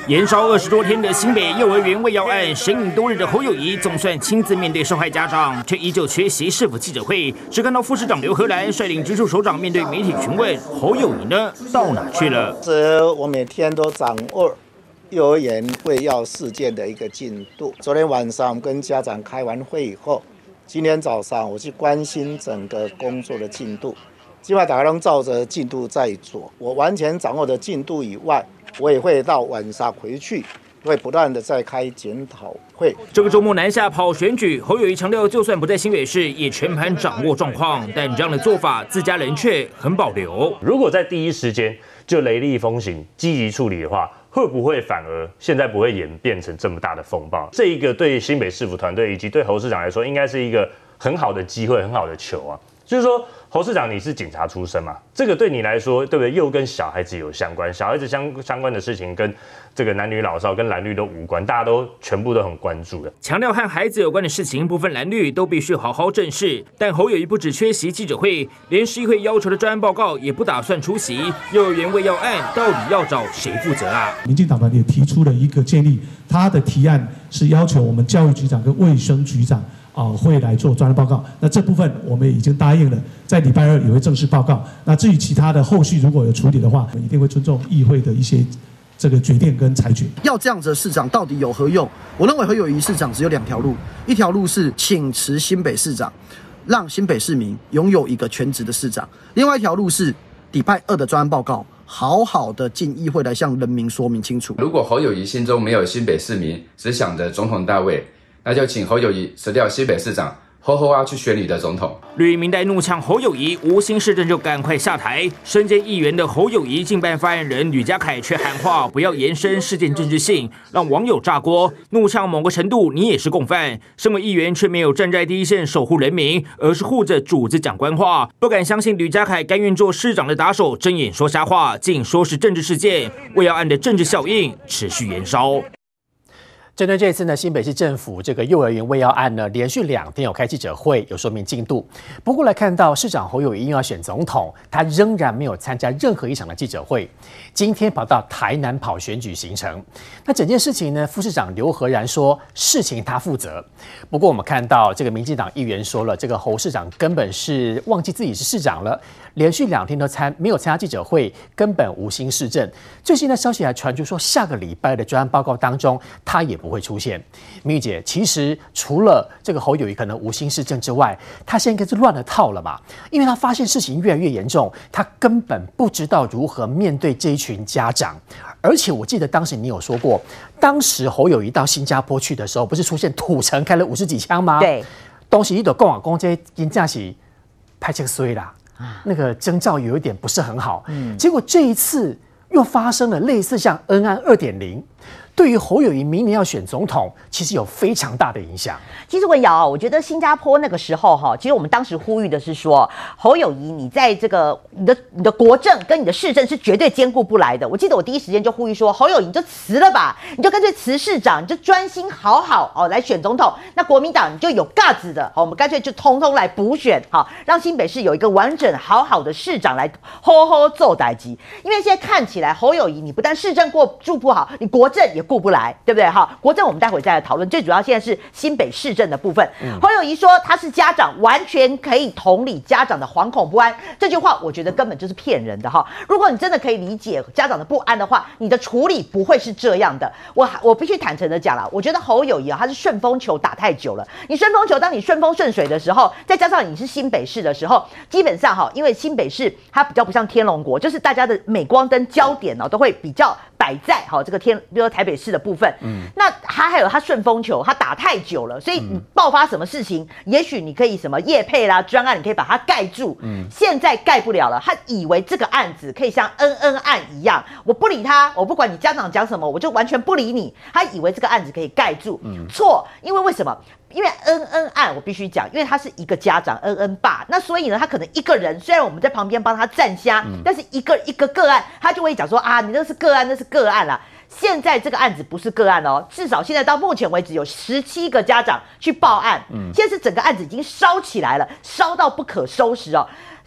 延烧20多天的新北幼儿园喂药案，神隐多日的侯友宜总算亲自面对受害家长，却依旧缺席市府记者会。只看到副市长刘荷兰率领直属首长面对媒体询问，侯友宜呢到哪去了？ 我每天都掌握幼儿园喂药事件的一个进度。昨天晚上我们跟家长开完会以后，今天早上我去关心整个工作的进度。基本上大家都照着进度在做，我完全掌握的进度以外，我也会到晚上回去，会不断的再开检讨会。 这个周末南下跑选举，侯友宜强调，就算不在新北市，也全盘掌握状况。但这样的做法，自家人却很保留。 如果在第一时间就雷厉风行、积极处理的话，会不会反而现在不会演变成这么大的风暴？这一个对新北市府团队以及对侯市长来说，应该是一个很好的机会、很好的球啊。就是说，侯市长你是警察出身嘛，这个对你来说，对不对？又跟小孩子有相关，小孩子相关的事情跟这个男女老少跟蓝绿都无关，大家都全部都很关注的。 强调和孩子有关的事情，不分蓝绿都必须好好正视。但侯友宜不只缺席记者会，连市议会要求的专案报告也不打算出席。幼儿园喂药案到底要找谁负责啊？ 民进党团也提出了一个建议，他的提案是要求我们教育局长跟卫生局长。会来做专案报告，那这部分我们已经答应了，在礼拜2也会正式报告。那至于其他的后续如果有处理的话，我们一定会尊重议会的一些这个决定跟裁决。 要这样子的市长到底有何用？我认为侯友宜市长只有2条路，一条路是请辞新北市长，让新北市民拥有一个全职的市长；另外一条路是礼拜2的专案报告，好好的进议会来向人民说明清楚。 如果侯友宜心中没有新北市民，只想着总统大位，那就请侯友宜辞掉新北市长，侯要去选你的总统。 绿营民代怒呛侯友宜无心市政就赶快下台。身兼议员的侯友宜竞办发言人吕家凯却喊话不要延伸事件政治性，让网友炸锅，怒呛某个程度你也是共犯。身为议员却没有站在第一线守护人民，而是护着主子讲官话，不敢相信吕家凯甘愿做市长的打手，睁眼说瞎话，竟说是政治事件。喂药案的政治效应持续延烧。 针对这次呢，新北市政府这个幼儿园喂药案呢，连续2天有开记者会，有说明进度。不过来看到市长侯友宜因要选总统，他仍然没有参加任何一场的记者会。今天跑到台南跑选举行程。那整件事情呢，副市长刘荷兰说事情他负责。不过我们看到这个民进党议员说了，这个侯市长根本是忘记自己是市长了，连续2天都没有参加记者会，根本无心市政。最新的消息还传出说，下个礼拜的专案报告当中，他也不会出现。明玉姐，其实除了这个侯友宜可能无心市政之外，他现在应该是乱了套了嘛？因为他发现事情越来越严重，他根本不知道如何面对这一群家长。而且我记得当时你有说过，当时侯友宜到新加坡去的时候，不是出现土城开了50几枪吗？ 对， 东西一都共这些人家是拍这个衰啦，那个征兆有一点不是很好。结果这一次又发生了类似像恩安2.0。对于侯友宜明年要选总统，其实有非常大的影响。 其实文瑶，我觉得新加坡那个时候其实我们当时呼吁的是说，侯友宜你在这个你的国政跟你的市政是绝对兼顾不来的。我记得我第一时间就呼吁说，侯友宜你就辞了吧，你就干脆辞市长，你就专心好好来选总统。那国民党你就有架子的，我们干脆就通通来补选，让新北市有一个完整好好的市长来做代志。因为现在看起来侯友宜你不但市政顾不好，你国政也顾不来，对不对？国政我们待会再来讨论。最主要现在是新北市政的部分。侯友宜说他是家长，完全可以同理家长的惶恐不安。这句话我觉得根本就是骗人的如果你真的可以理解家长的不安的话，你的处理不会是这样的。我必须坦诚的讲啦，我觉得侯友宜他是顺风球打太久了。你顺风球，当你顺风顺水的时候，再加上你是新北市的时候，基本上因为新北市它比较不像天龙国，就是大家的镁光灯焦点都会比较摆在这个比如说台北市的部分。那他还有他顺风球，他打太久了，所以你爆发什么事情，也许你可以什么业配啦、专案，你可以把它盖住。现在盖不了了，他以为这个案子可以像恩案一样，我不理他，我不管你家长讲什么，我就完全不理你。他以为这个案子可以盖住，错，因为为什么？因为恩案，我必须讲，因为他是一个家长恩爸，那所以呢，他可能一个人，虽然我们在旁边帮他站虾，但是一个个案，他就会讲说你那是个案，那是个案啦。现在这个案子不是个案至少现在到目前为止有17个家长去报案，现在是整个案子已经烧起来了，烧到不可收拾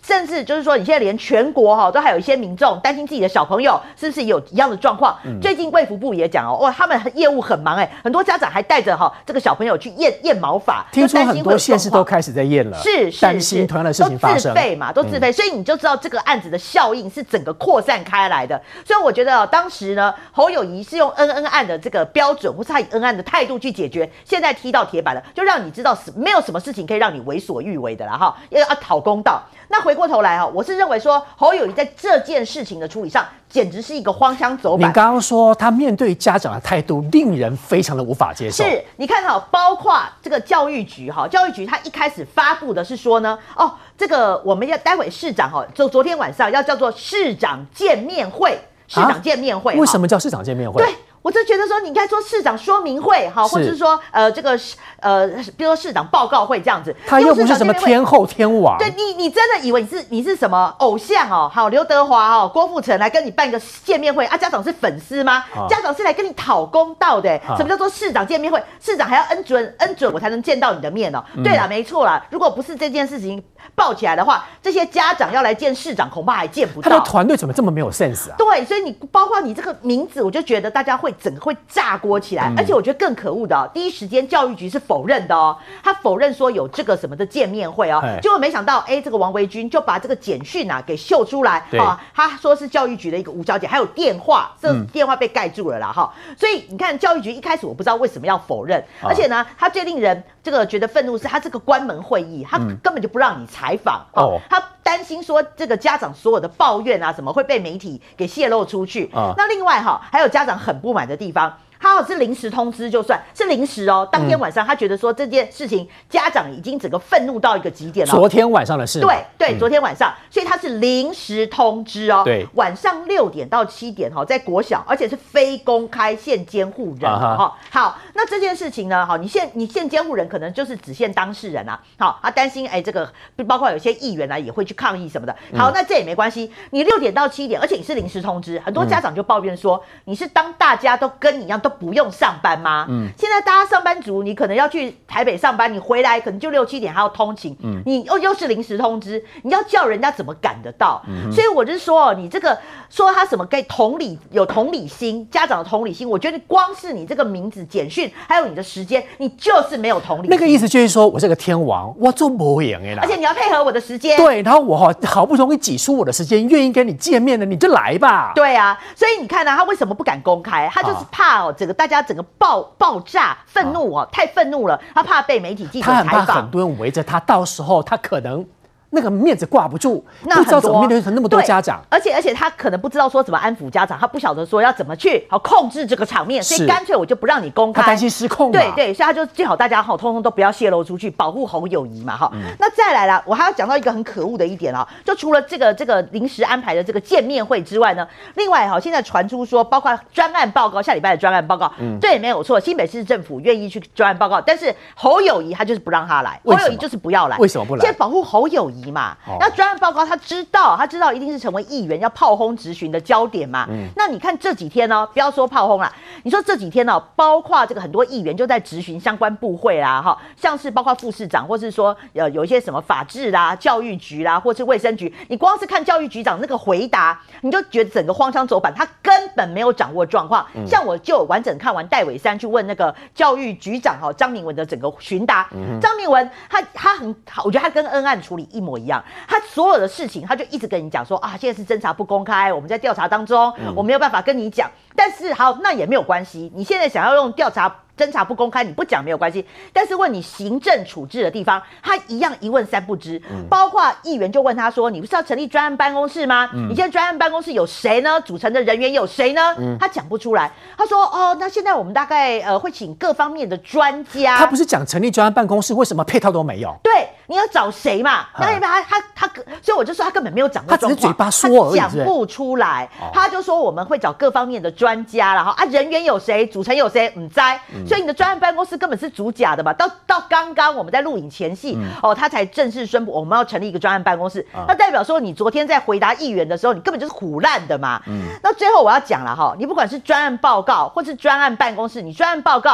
甚至就是说，你现在连全国都还有一些民众担心自己的小朋友是不是有一样的状况。最近卫福部也讲哇，他们业务很忙很多家长还带着这个小朋友去验毛发， 听说很多县市都开始在验了， 是担心同样的事情发生， 都自费嘛，都自费，所以你就知道这个案子的效应是整个扩散开来的。所以我觉得当时呢，侯友宜是用恩案的这个标准，或是他以恩案的态度去解决，现在踢到铁板了，就让你知道没有什么事情可以让你为所欲为的啦要讨公道。那回过头来我是认为说侯友宜在这件事情的处理上，简直是一个荒腔走板。 你刚刚说他面对家长的态度令人非常的无法接受。 是，你看包括这个教育局教育局他一开始发布的是说呢，这个我们要待会市长昨天晚上要叫做市长见面会，市长见面会。 为什么叫市长见面会？ 对。我就觉得说，你应该说市长说明会或者是说这个比如说市长报告会这样子。 他又不是什么天后天王。 对你真的以为你是什么偶像好，刘德华郭富城来跟你办一个见面会家长是粉丝吗？家长是来跟你讨公道的。什么叫做市长见面会？市长还要恩准我才能见到你的面对啦，没错啦。如果不是这件事情爆起来的话，这些家长要来见市长恐怕还见不到。 他的团队怎么这么没有 sense 啊？ 对，所以你包括你这个名字，我就觉得大家整个会炸锅起来。而且我觉得更可恶的第一时间教育局是否认的他否认说有这个什么的见面会结果没想到这个王维军就把这个简讯给秀出来他说是教育局的一个吴小姐，还有电话，这电话被盖住了啦所以你看教育局一开始我不知道为什么要否认，而且呢，他最令人这个觉得愤怒是他这个关门会议，他根本就不让你采访他担心说这个家长所有的抱怨什么会被媒体给泄露出去那另外还有家长很不满的地方，他是临时通知，就算是临时当天晚上他觉得说这件事情家长已经整个愤怒到一个极点了。 昨天晚上的事。 对，昨天晚上，所以他是临时通知对， 晚上6点到7点在国小，而且是非公开限监护人好，那这件事情呢你限监护人可能就是只限当事人他担心这个包括有些议员也会去抗议什么的。好，那这也没关系，你6点到7点，而且你是临时通知，很多家长就抱怨说你是当大家都跟你一样都不用上班吗？现在大家上班族，你可能要去台北上班，你回来可能就6、7点还要通勤，你又是临时通知，你要叫人家怎么赶得到？所以我就说，你这个说他什么可以有同理心，家长的同理心，我觉得光是你这个名字简讯，还有你的时间，你就是没有同理心。 那个意思就是说我这个天王，我做不赢啦， 而且你要配合我的时间。 对，然后我好不容易挤出我的时间，愿意跟你见面了，你就来吧。 对啊，所以你看他为什么不敢公开？他就是怕大家整个爆炸愤怒太愤怒了，他怕被媒体记者采访， 他很怕很多人围着他，到时候他可能那个面子挂不住，不知道怎么面对那么多家长， 而且他可能不知道说怎么安抚家长，他不晓得说要怎么去控制这个场面，所以干脆我就不让你公开， 他担心失控嘛。 对，所以他就最好大家通通都不要泄露出去，保护侯友宜嘛那再来啦，我还要讲到一个很可恶的一点就除了这个临时安排的这个见面会之外呢，另外现在传出说，包括专案报告，下礼拜的专案报告，对，没有错，新北市政府愿意去专案报告，但是侯友宜他就是不让他来，侯友宜就是不要来， 为什么不来？ 现在保护侯友宜嘛，那专案报告他知道一定是成为议员要炮轰质询的焦点嘛。那你看这几天不要说炮轰啦，你说这几天包括这个很多议员就在质询相关部会啦像是包括副市长，或是说有一些什么法制啦、教育局啦，或是卫生局，你光是看教育局长那个回答，你就觉得整个荒腔走板，他根本没有掌握状况。像我就完整看完戴伟山去问那个教育局长张明文的整个询答，张明文他很好，我觉得他跟恩案处理一模一样，他所有的事情他就一直跟你讲说现在是侦查不公开，我们在调查当中，我没有办法跟你讲。但是好，那也没有关系，你现在想要用侦查不公开，你不讲没有关系，但是问你行政处置的地方，他一样一问三不知。包括议员就问他说：“你不是要成立专案办公室吗？你现在专案办公室有谁呢？组成的人员有谁呢？”他讲不出来。他说：“那现在我们大概会请各方面的专家。” 他不是讲成立专案办公室，为什么配套都没有？ 对，你要找谁嘛？那他，所以我就说他根本没有掌握状况， 他只是嘴巴说而已， 讲不出来。他就说我们会找各方面的专家了人员有谁，组成有谁，不知道。所以你的专案办公室根本是主假的嘛。到刚刚我们在录影前夕，他才正式宣布我们要成立一个专案办公室。那代表说你昨天在回答议员的时候，你根本就是唬烂的嘛。那最后我要讲了你不管是专案报告或是专案办公室，你专案报告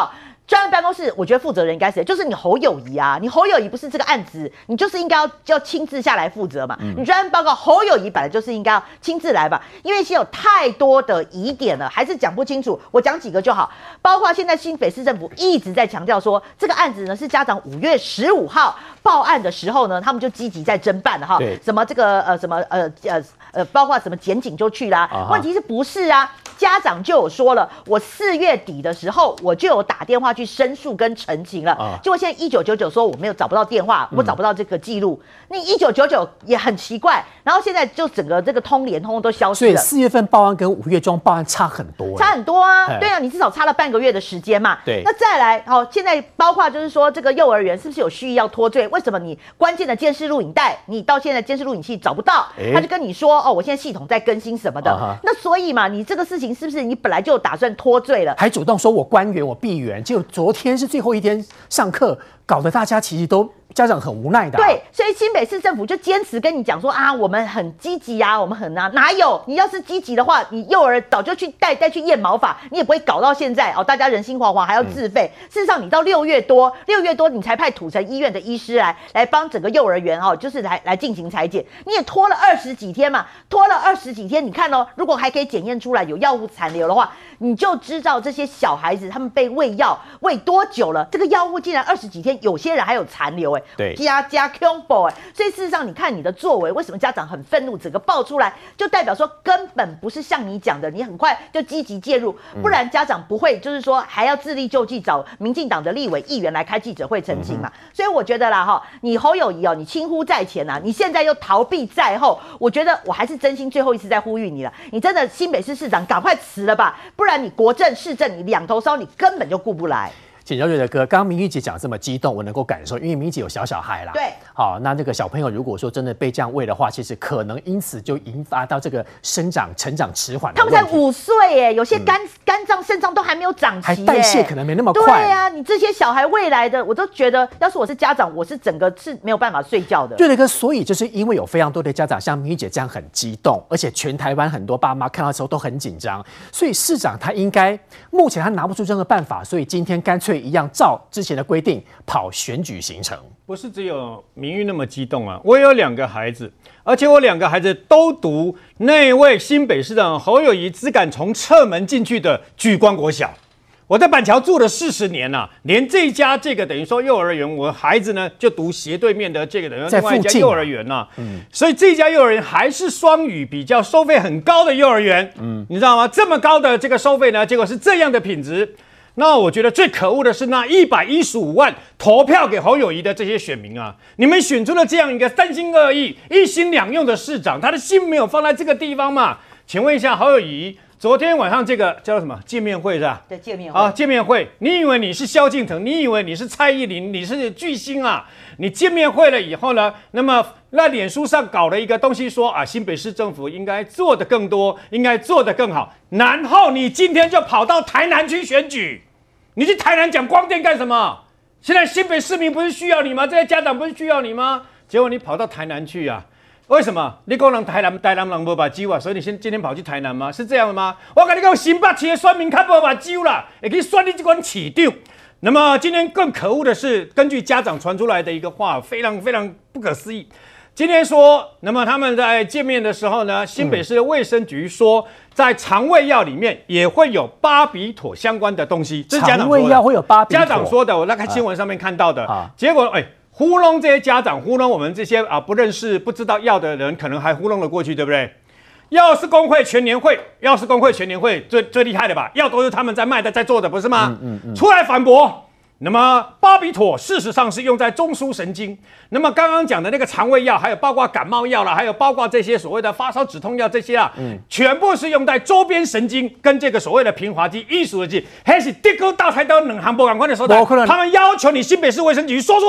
专案办公室，我觉得负责人应该是就是你侯友宜啊，你侯友宜不是这个案子，你就是应该要亲自下来负责嘛。你专案报告侯友宜本来就是应该要亲自来吧，因为现在有太多的疑点了，还是讲不清楚。我讲几个就好，包括现在新北市政府一直在强调说，这个案子呢是家长5月15号报案的时候呢，他们就积极在侦办了哈。什么这个包括什么检警就去啦。问题是不是啊？家长就有说了，我4月底的时候我就有打电话去申诉跟陈情了，结果现在1999说我没有找不到电话，我找不到这个记录。那1999也很奇怪，然后现在就整个这个通联通都消失了。 所以4月份报案跟5月中报案差很多， 差很多啊。对啊，你至少差了半个月的时间嘛。 对， 那再来，现在包括就是说这个幼儿园是不是有蓄意要脱罪？为什么你关键的监视录影带，你到现在监视录影器找不到？他就跟你说我现在系统在更新什么的。那所以嘛，你这个事情是不是你本来就打算脱罪了？ 还主动说我关园我闭园，结果昨天是最后一天上课，搞得大家其实都家长很无奈的。 对，所以新北市政府就坚持跟你讲说我们很积极啊，我们很哪有？你要是积极的话，你幼儿早就去带去验毛发，你也不会搞到现在大家人心惶惶还要自费。事实上，你到6月多你才派土城医院的医师来帮整个幼儿园就是来进行裁剪，你也拖了20几天嘛，拖了20几天，你看如果还可以检验出来有药物残留的话，你就知道这些小孩子他们被喂药喂多久了，这个药物竟然20几天，有些人还有残留对， 加恐怖所以事实上你看你的作为，为什么家长很愤怒，整个爆出来，就代表说根本不是像你讲的，你很快就积极介入，不然家长不会就是说还要自力救济，找民进党的立委议员来开记者会澄清嘛。所以我觉得啦你侯友宜你轻忽在前你现在又逃避在后，我觉得我还是真心最后一次在呼吁你了，你真的新北市市长赶快辞了吧，不然你国政市政你两头烧，你根本就顾不来。 简小姐的歌，刚刚明玉姐讲这么激动，我能够感受，因为明玉姐有小孩啦。 对， 好，那个小朋友如果说真的被这样喂的话，其实可能因此就引发到这个成长迟缓的问题。 他们才5岁耶，有些肝脏、肾脏都还没有长齐耶， 还代谢可能没那么快。 对啊，你这些小孩未来的，我都觉得，要是我是家长，我是整个是没有办法睡觉的。 对的哥，所以就是因为有非常多的家长像明玉姐这样很激动，而且全台湾很多爸妈看到的时候都很紧张，所以市长他应该目前他拿不出任何办法，所以今天干脆一样照之前的规定跑选举行程。 不是只有明玉那么激动啊，我有2个孩子，而且我2个孩子都读那位新北市长侯友宜只敢从侧门进去的莒光国小。我在板桥住了40年啊，连这家这个等于说幼儿园，我孩子呢就读斜对面的这个等于另外一家幼儿园啊，所以这家幼儿园还是双语比较收费很高的幼儿园，你知道吗？这么高的这个收费呢，结果是这样的品质。那我觉得最可恶的是那115万投票给侯友宜的这些选民啊，你们选出了这样一个3心2意、1心2用的市长，他的心没有放在这个地方嘛？请问一下侯友宜，昨天晚上这个叫做什么见面会是吧？ 对，见面会啊，见面会，你以为你是萧敬腾，你以为你是蔡依林，你是巨星啊？你见面会了以后呢，那么那脸书上搞了一个东西说新北市政府应该做得更多，应该做得更好，然后你今天就跑到台南去选举。你去台南讲光电干什么？现在新北市民不是需要你吗？这些家长不是需要你吗？结果你跑到台南去啊？为什么？你讲人台南人无目睭啊，所以你今天跑去台南吗？是这样的吗？我跟你讲，新北市的选民较无目睭啦，也可以选你这款市长。那么今天更可恶的是，根据家长传出来的一个话，非常非常不可思议。今天说，那么他们在见面的时候呢，新北市的卫生局说，在肠胃药里面也会有巴比妥相关的东西。这是家长说的。 肠胃药会有巴比妥？ 家长说的，我在看新闻上面看到的。结果，糊弄这些家长，糊弄我们这些不认识、不知道药的人，可能还糊弄了过去，对不对？药师工会全年会最厉害的吧？药都是他们在卖的，在做的，不是吗？出来反驳。那么巴比妥事实上是用在中枢神经。那么刚刚讲的那个肠胃药，还有包括感冒药啦，还有包括这些所谓的发烧止痛药这些全部是用在周边神经跟这个所谓的平滑肌、艺术的肌，还是地沟大菜刀2行不赶快的时候，他们要求你新北市卫生局说出来，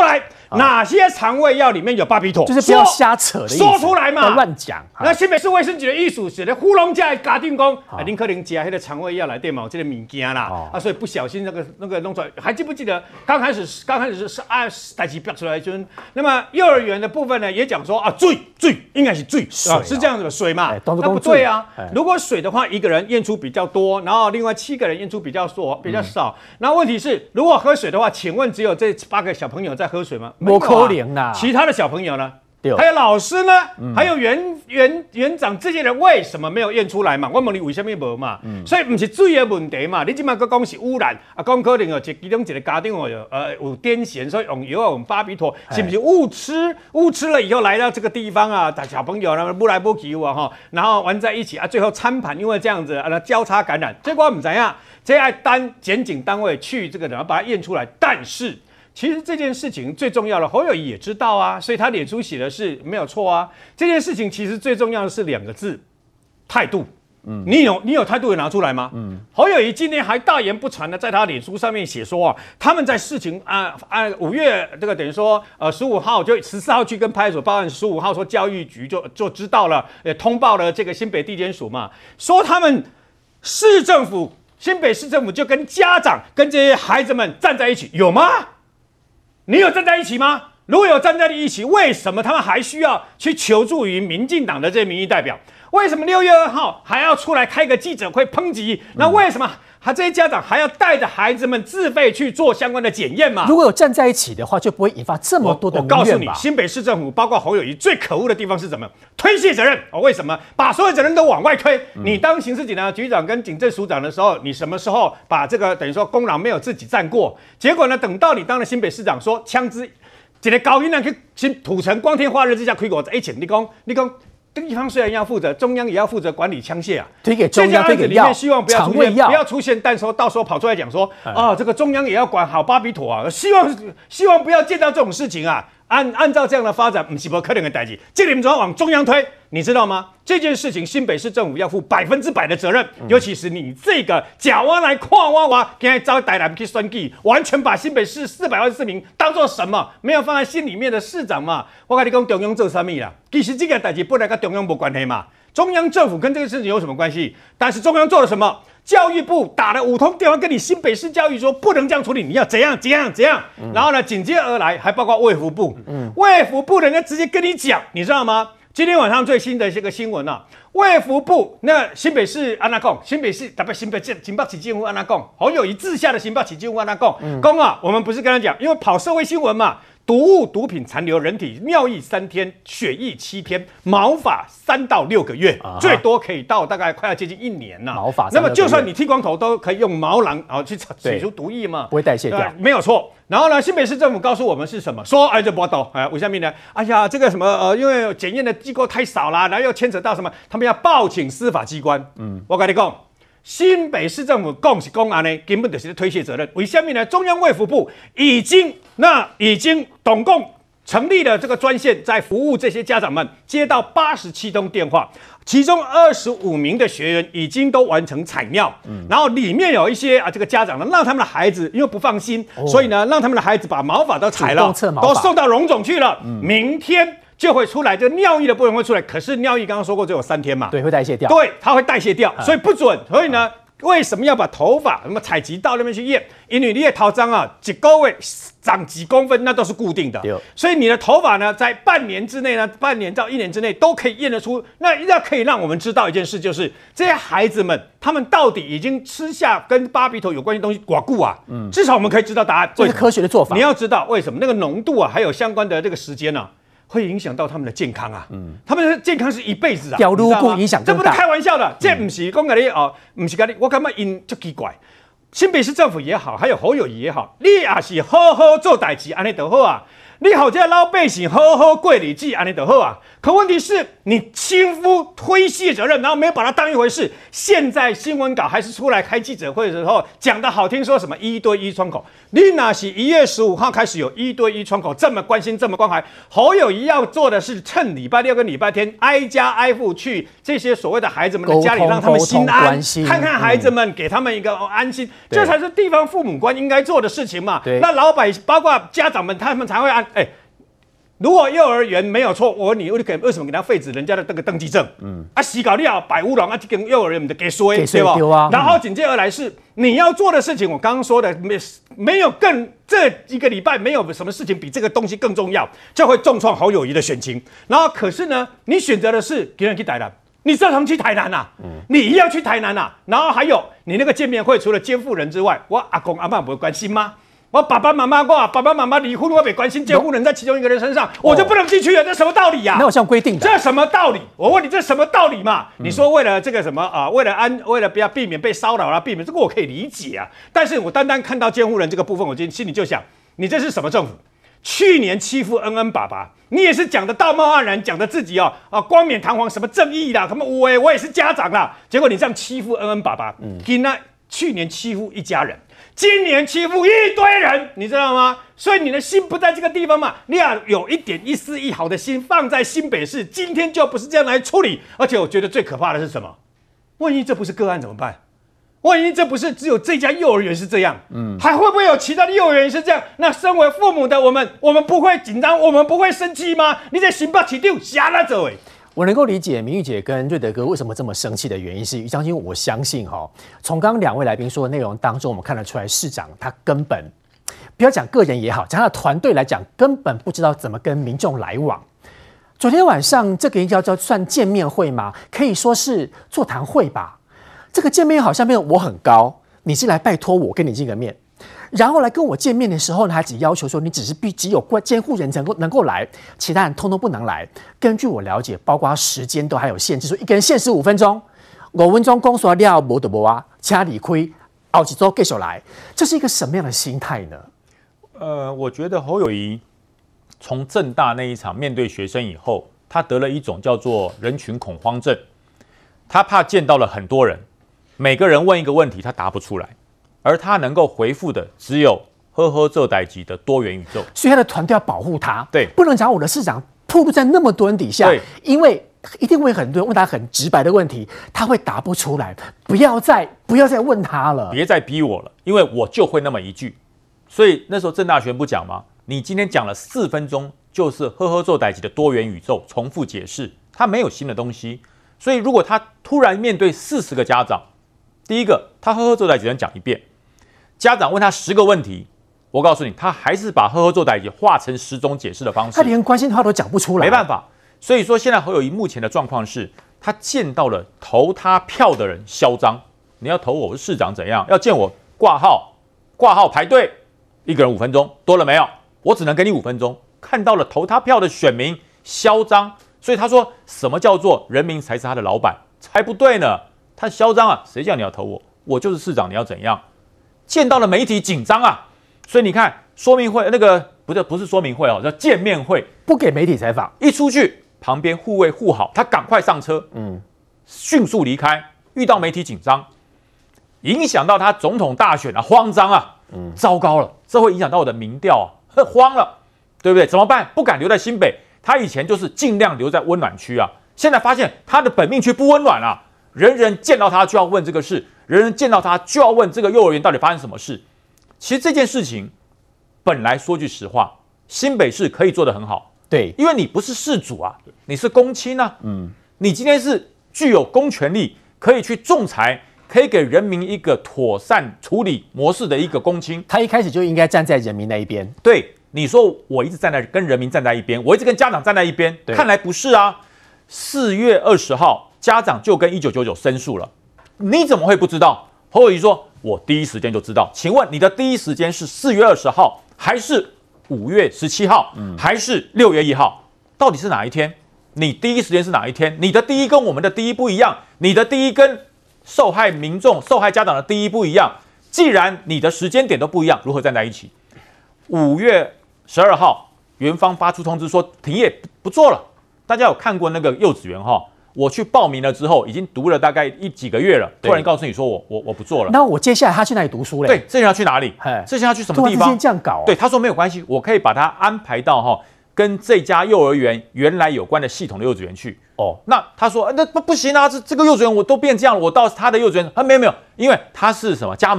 哪些肠胃药里面有巴比妥？ 就是不要瞎扯的意思， 说出来嘛， 乱讲。 那新北市卫生局的意思是咧，糊弄家家庭讲，您可能吃那个肠胃药来对嘛，这个物件啦，所以不小心那个弄出来，还记不记得刚开始是代志表出来就，那么幼儿园的部分呢，也讲说啊，水应该是水啊，是这样子的水嘛，那不对啊。如果水的话，一个人验出比较多，然后另外7个人验出比较少。那问题是，如果喝水的话，请问只有这8个小朋友在喝水吗？ 没可能啦， 其他的小朋友呢？还有老师呢，还有园长这些人为什么没有验出来嘛？我问你为什么没嘛？所以不是水的问题嘛？你今麦个讲是污染啊，讲可能有其中一个家庭有癫痫，所以用药用巴比妥，是不是误吃了以后来到这个地方啊，小朋友呢不来不及啊哈，然后玩在一起啊，最后餐盘因为这样子啊交叉感染，结果我们怎样？这要检警单位去这个，然后把它验出来，但是。其实这件事情最重要的，侯友宜也知道啊，所以他脸书写的是没有错啊。这件事情其实最重要的是2个字：态度。你有态度也拿出来吗？侯友宜今天还大言不惭的在他脸书上面写说啊，他们在事情5月这个等于说15号就14号去跟派出所报案，15号说教育局就知道了，也通报了这个新北地检署嘛，说他们市政府新北市政府就跟家长跟这些孩子们站在一起，有吗？你有站在一起吗？如果有站在一起，为什么他们还需要去求助于民进党的这些民意代表？为什么6月2号还要出来开个记者会抨击？那为什么这些家长还要带着孩子们自费去做相关的检验嘛？ 如果有站在一起的话，就不会引发这么多的民怨吧。 我告诉你，新北市政府包括侯友宜最可恶的地方是什么？推卸责任。为什么把所有责任都往外推？你当刑事警察局长跟警政署长的时候，你什么时候把这个等于说功劳没有自己占过？结果呢，等到你当了新北市长，说枪支一个高音量去土城光天化日之下开51千，你讲。地方虽然要负责，中央也要负责管理枪械啊。 推给中央，推给药， 希望不要出现，但说到时候跑出来讲说，这个中央也要管好巴比妥啊。希望不要见到这种事情啊。按照这样的发展，不是不可能的代志。这个你们总要往中央推，你知道吗？这件事情新北市政府要负100%的责任，尤其是你这个假挖来跨挖，今天招台南去选举，完全把新北市400万市民当做什么？没有放在心里面的市长嘛？我跟你讲，中央做什么啦？其实这个代志本来跟中央没关系嘛。中央政府跟这个事情有什么关系？但是中央做了什么？教育部打了5通电话跟你新北市教育说不能这样处理，你要怎样。然后呢，紧接而来还包括卫福部，卫福部人家直接跟你讲，你知道吗？今天晚上最新的这个新闻啊，卫福部那新北市安那讲，新北市特别新北市情报起见户安那讲，侯友宜治下的情报起见户安那讲，啊，我们不是跟他讲，因为跑社会新闻嘛。毒物、毒品残留人体，尿液3天，血液7天，毛发3到6个月，最多可以到大概快要接近1年了。 毛发， 那么就算你剃光头，都可以用毛囊去取出毒液嘛， 不会代谢掉， 没有错。然后呢，新北市政府告诉我们是什么？说这不懂，为什么呢？哎呀，这个什么因为检验的机构太少啦，然后又牵扯到什么，他们要报请司法机关。我跟你讲。新北市政府讲是讲呢，根本就是推卸责任。为什么呢？中央卫福部已经总共成立了这个专线，在服务这些家长们，接到87通电话，其中25名的学员已经都完成采尿，然后里面有一些这个家长呢，让他们的孩子因为不放心，所以呢，让他们的孩子把毛发都采了，都送到荣总去了，明天。就会出来，这尿液的部分会出来，可是尿液刚刚说过只有3天嘛， 对，会代谢掉， 对，它会代谢掉，所以不准。所以呢，为什么要把头发什么采集到那边去验？因为你的头长啊，一个月长几公分，那都是固定的，所以你的头发呢，在半年之内呢，半年到1年之内都可以验得出。那可以让我们知道一件事，就是这些孩子们，他们到底已经吃下跟巴比妥有关系的东西寡固啊，至少我们可以知道答案。 这是科学的做法。 你要知道为什么那个浓度啊，还有相关的这个时间啊。会影响到他们的健康啊，他们的健康是一辈子啊， 掉入不影响更大， 这不是开玩笑的，这不是讲你哦，不是讲你，我感觉因就奇怪，新北市政府也好，还有侯友宜也好，你也是好好做代志，安尼就好啊。你好，这老百姓好好过日子，安尼就好啊。可问题是你轻忽推卸责任，然后没有把它当一回事。现在新闻稿还是出来开记者会的时候，讲的好听说什么1对1窗口，你哪是1月15号开始有1对1窗口，这么关心，这么关怀。侯友宜要做的是趁礼拜6跟礼拜天挨家挨户去这些所谓的孩子们的家里，让他们心安，看看孩子们，给他们一个安心，这才是地方父母官应该做的事情嘛。那老百姓包括家长们，他们才会安。 如果幼儿园没有错，我问你，为什么给他废止人家的这个登记证？洗稿料百乌龙啊，这跟幼儿园的给衰，对吧？然后紧接而来是你要做的事情，我刚刚说的没有这一个礼拜没有什么事情比这个东西更重要，就会重创侯友宜的选情。然后可是呢，你选择的是给人去台南，你照常去台南啊，你要去台南啊。然后还有你那个见面会，除了监护人之外，我阿公阿嬷不会关心吗？我爸爸妈妈离婚，我没关心监护人在其中一个人身上，我就不能进去了，这什么道理呀？ 那有这样规定的？ 这什么道理？我问你，这什么道理嘛？你说为了这个什么啊？为了不要避免被骚扰啦，避免这个我可以理解啊。但是我单单看到监护人这个部分，我今天心里就想，你这是什么政府？去年欺负恩恩爸爸，你也是讲的道貌岸然，讲的自己冠冕堂皇，什么正义啦，什么我也是家长啦，结果你这样欺负恩恩爸爸，去年欺负一家人。今年欺负一堆人，你知道吗？所以你的心不在这个地方嘛，你要有一丝一毫的心放在新北市，今天就不是这样来处理。而且我觉得最可怕的是什么？万一这不是个案怎么办？万一这不是只有这家幼儿园是这样，还会不会有其他的幼儿园是这样？那身为父母的我们不会紧张，我们不会生气吗？你在新北市长瞎了走我能够理解明玉姐跟瑞德哥为什么这么生气的原因是，于将军，我相信从刚刚两位来宾说的内容当中，我们看得出来，市长他根本不要讲个人也好，讲他的团队来讲，根本不知道怎么跟民众来往。昨天晚上这个应该叫算见面会吗？可以说是座谈会吧。这个见面好像变得我很高，你是来拜托我跟你见个面。然后来跟我见面的时候呢，还只要求说你只有监护人能够来，其他人通通不能来。根据我了解，包括时间都还有限制，说一个人限时5分钟，5分钟讲说了没得无啊，请离开，后一周继续来，这是一个什么样的心态呢？ 我觉得侯友宜从政大那一场面对学生以后，他得了一种叫做人群恐慌症，他怕见到了很多人，每个人问一个问题，他答不出来。而他能够回复的只有呵呵这代级的多元宇宙， 所以他的团队要保护他， 对， 不能讲我的市长暴露在那么多人底下，因为一定会很多人问他很直白的问题，他会答不出来，不要再问他了， 别再逼我了，因为我就会那么一句。所以那时候郑大权不讲吗？你今天讲了4分钟，就是呵呵这代级的多元宇宙重复解释，他没有新的东西。所以如果他突然面对40个家长，第一个他呵呵这代只能讲一遍。家长问他10个问题，我告诉你，他还是把呵呵做代际化成10种解释的方式， 他连关心的话都讲不出来， 没办法。所以说，现在侯友宜目前的状况是，他见到了投他票的人嚣张，你要投我是市长怎样？要见我挂号排队，一个人5分钟，多了没有？我只能给你5分钟。看到了投他票的选民嚣张，所以他说什么叫做人民才是他的老板？才不对呢，他嚣张啊！谁叫你要投我？我就是市长，你要怎样？见到了媒体紧张啊，所以你看说明会那个不是说明会叫见面会， 不给媒体采访， 一出去旁边护卫护好，他赶快上车，迅速离开。遇到媒体紧张，影响到他总统大选啊，慌张啊，糟糕了，这会影响到我的民调啊，慌了，对不对？怎么办？不敢留在新北，他以前就是尽量留在温暖区啊，现在发现他的本命区不温暖啊，人人见到他就要问这个事。人人见到他就要问这个幼儿园到底发生什么事。其实这件事情本来说句实话，新北市可以做得很好， 对， 因为你不是市主啊，你是公亲啊，你今天是具有公权力，可以去仲裁，可以给人民一个妥善处理模式的一个公亲。 他一开始就应该站在人民那一边。 对，你说我一直跟人民站在一边，我一直跟家长站在一边，看来不是啊。4月20号，家长就跟1999申诉了。你怎么会不知道？侯友宜说：“我第一时间就知道。”请问你的第一时间是4月20号，还是5月17号，还是6月1号？到底是哪一天？你第一时间是哪一天？你的第一跟我们的第一不一样，你的第一跟受害民众、受害家长的第一不一样。既然你的时间点都不一样，如何站在一起？5月12号，园方发出通知说停业不做了。大家有看过那个幼稚园哈？我去报名了之后，已经读了大概几个月了，突然告诉你说我不做了。 那我接下来他去哪里读书嘞？ 对，这要去哪里？这要去什么地方？ 这样搞？ 对，他说没有关系，我可以把它安排到跟这家幼儿园原来有关的系统的幼稚园去。那他说那不行啊，这个幼稚园我都变这样了，我到他的幼稚园，没有，因为他是什么加盟的，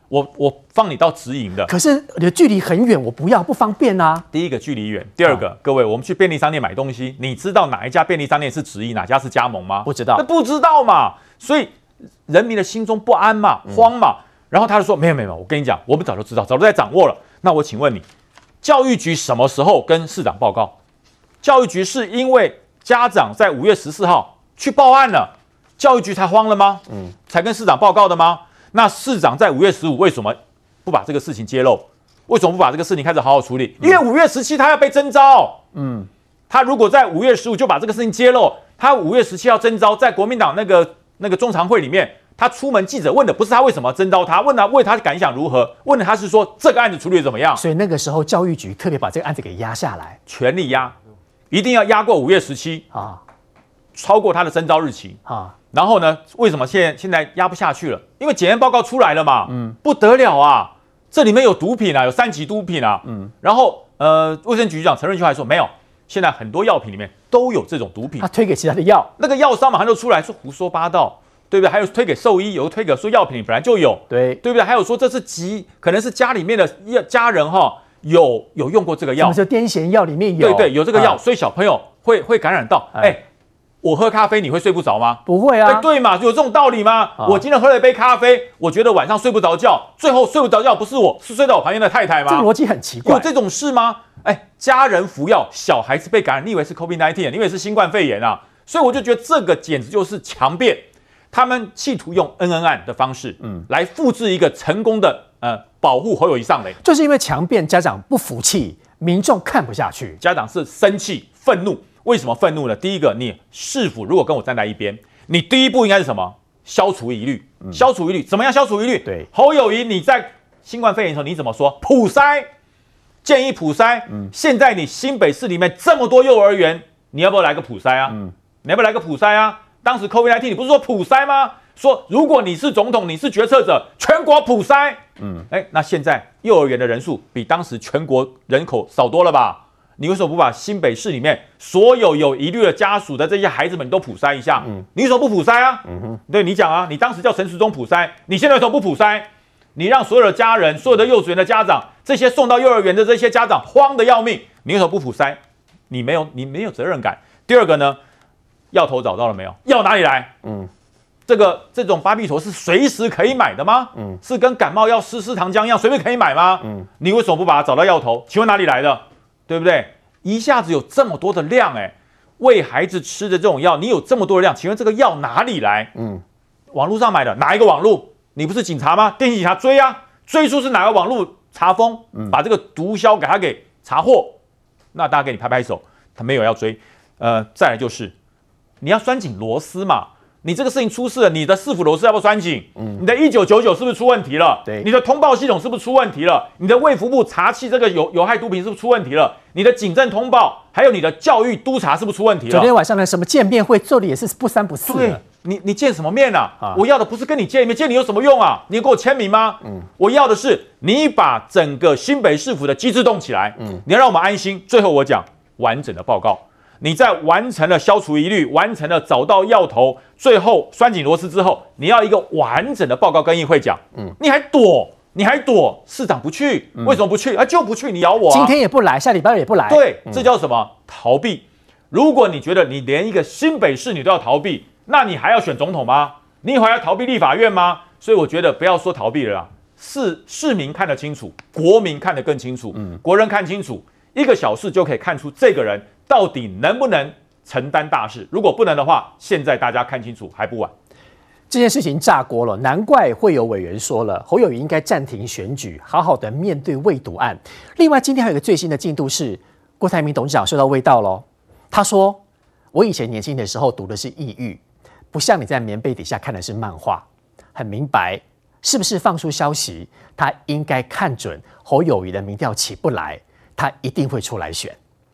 我放你到直营的， 可是你的距离很远，我不方便啊。 第一个距离远，第二个，各位，我们去便利商店买东西，你知道哪一家便利商店是直营，哪家是加盟吗？ 不知道， 那不知道嘛，所以人民的心中不安嘛，慌嘛。然后他就说没有，我跟你讲，我们早就知道，早就在掌握了。那我请问你，教育局什么时候跟市长报告？教育局是因为家长在5月14号去报案了，教育局才慌了吗？才跟市长报告的吗？那市长在5月15为什么不把这个事情揭露？为什么不把这个事情开始好好处理？因为5月17他要被征召。他如果在5月15就把这个事情揭露，他5月17要征召，在国民党那个中常会里面，他出门记者问的不是他为什么征召他，问他为他感想如何，问的他是说这个案子处理得怎么样。 所以那个时候教育局特别把这个案子给压下来， 全力压，一定要压过5月17啊，超过他的征召日期啊。然后呢？为什么现在压不下去了？因为检验报告出来了嘛，不得了啊！这里面有毒品啊，有3级毒品啊，然后卫生局局长陈润秋还说没有，现在很多药品里面都有这种毒品。 他推给其他的药， 那个药商马上就出来说胡说八道，对不对？还有推给兽医，有推给说药品本来就有，对不对？还有说这是可能是家里面的家人有用过这个药， 什么癫痫药里面有， 对，有这个药，所以小朋友会感染到，我喝咖啡你会睡不着吗？ 不会啊， 对嘛，有这种道理吗？我今天喝了一杯咖啡，我觉得晚上睡不着觉，最后睡不着觉不是我，是睡到我旁边的太太吗？ 这个逻辑很奇怪， 有这种事吗？家人服药，小孩子被感染，你以为是 COVID-19， 你以为是新冠肺炎啊？所以我就觉得这个简直就是强辩，他们企图用恩案的方式，来复制一个成功的保护侯友宜上垒， 就是因为强辩，家长不服气，民众看不下去， 家长是生气、愤怒。为什么愤怒呢？第一个，你市府如果跟我站在一边，你第一步应该是什么？消除疑虑。消除疑虑，怎么样消除疑虑？ 对， 侯友宜你在新冠肺炎的时候你怎么说？普筛，建议普筛。现在你新北市里面这么多幼儿园，你要不要来个普筛啊？你要不要来个普筛啊？当时 COVID-19 你不是说普筛吗？说如果你是总统，你是决策者，全国普筛。那现在幼儿园的人数比当时全国人口少多了吧？你为什么不把新北市里面所有有疑虑的家属的这些孩子们都普筛一下？你为什么不普筛啊？对你讲啊，你当时叫陈时中普筛，你现在为什么不普筛？你让所有的家人、所有的幼稚园的家长、这些送到幼儿园的这些家长慌得要命，你为什么不普筛？你没有责任感。第二个呢，药头找到了没有？药哪里来？这种巴比妥是随时可以买的吗？是跟感冒药施糖浆一样随便可以买吗？你为什么不把它找到药头？请问哪里来的？对不对？一下子有这么多的量，喂孩子吃的这种药，你有这么多的量，请问这个药哪里来？网络上买的，哪一个网络？你不是警察吗？电信警察追啊，追出是哪个网络查封，把这个毒枭给他给查获，那大家给你拍拍手，他没有要追。再来就是你要拴紧螺丝嘛。你这个事情出事了，你的市府螺丝要不要拴紧？你的1999是不是出问题了？ 对， 你的通报系统是不是出问题了？你的卫福部查缉这个有害毒品是不是出问题了？你的警政通报，还有你的教育督察是不是出问题了？ 昨天晚上的什么见面会做的也是不三不四的。 对，你见什么面啊？我要的不是跟你见面，见你有什么用啊？你给我签名吗？我要的是你把整个新北市府的机制动起来，你要让我们安心。最后我讲完整的报告。你在完成了消除疑虑，完成了找到药头，最后拴紧螺丝之后，你要一个完整的报告跟议会讲。你还躲，市长不去，为什么不去？就不去，你咬我啊！ 今天也不来，下礼拜也不来。 对，这叫什么？逃避。如果你觉得你连一个新北市你都要逃避，那你还要选总统吗？你还要逃避立法院吗？所以我觉得不要说逃避了啦，市民看得清楚，国民看得更清楚，国人看清楚，一个小事就可以看出这个人到底能不能承担大事？如果不能的话，现在大家看清楚还不晚。 这件事情炸锅了，难怪会有委员说了，侯友宜应该暂停选举，好好的面对魏毒案。另外，今天还有一个最新的进度是，郭台铭董事长受到味道咯。他说：“我以前年轻的时候读的是抑郁，不像你在棉被底下看的是漫画，很明白，是不是放出消息，他应该看准侯友宜的民调起不来，他一定会出来选。”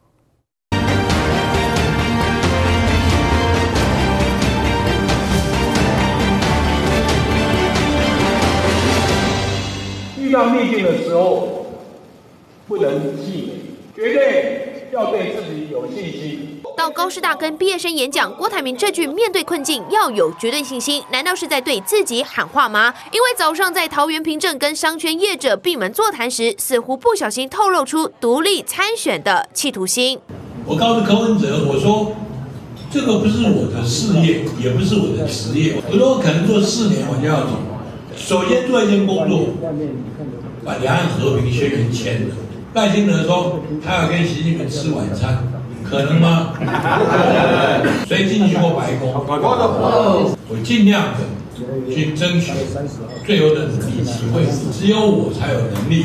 遇到逆境的时候，不能气馁，绝对要对自己有信心。 到高师大跟毕业生演讲，郭台铭这句面对困境要有绝对信心，难道是在对自己喊话吗？因为早上在桃园平镇跟商圈业者闭门座谈时，似乎不小心透露出独立参选的企图心。 我告诉柯文哲，我说这个不是我的事业，也不是我的职业，我说我可能做4年我就要走。首先做一件工作，把两岸和平宣言签了。赖清德说他要跟习近平吃晚餐，可能吗？谁进去过白宫？我尽量的去争取最优的努力机会，只有我才有能力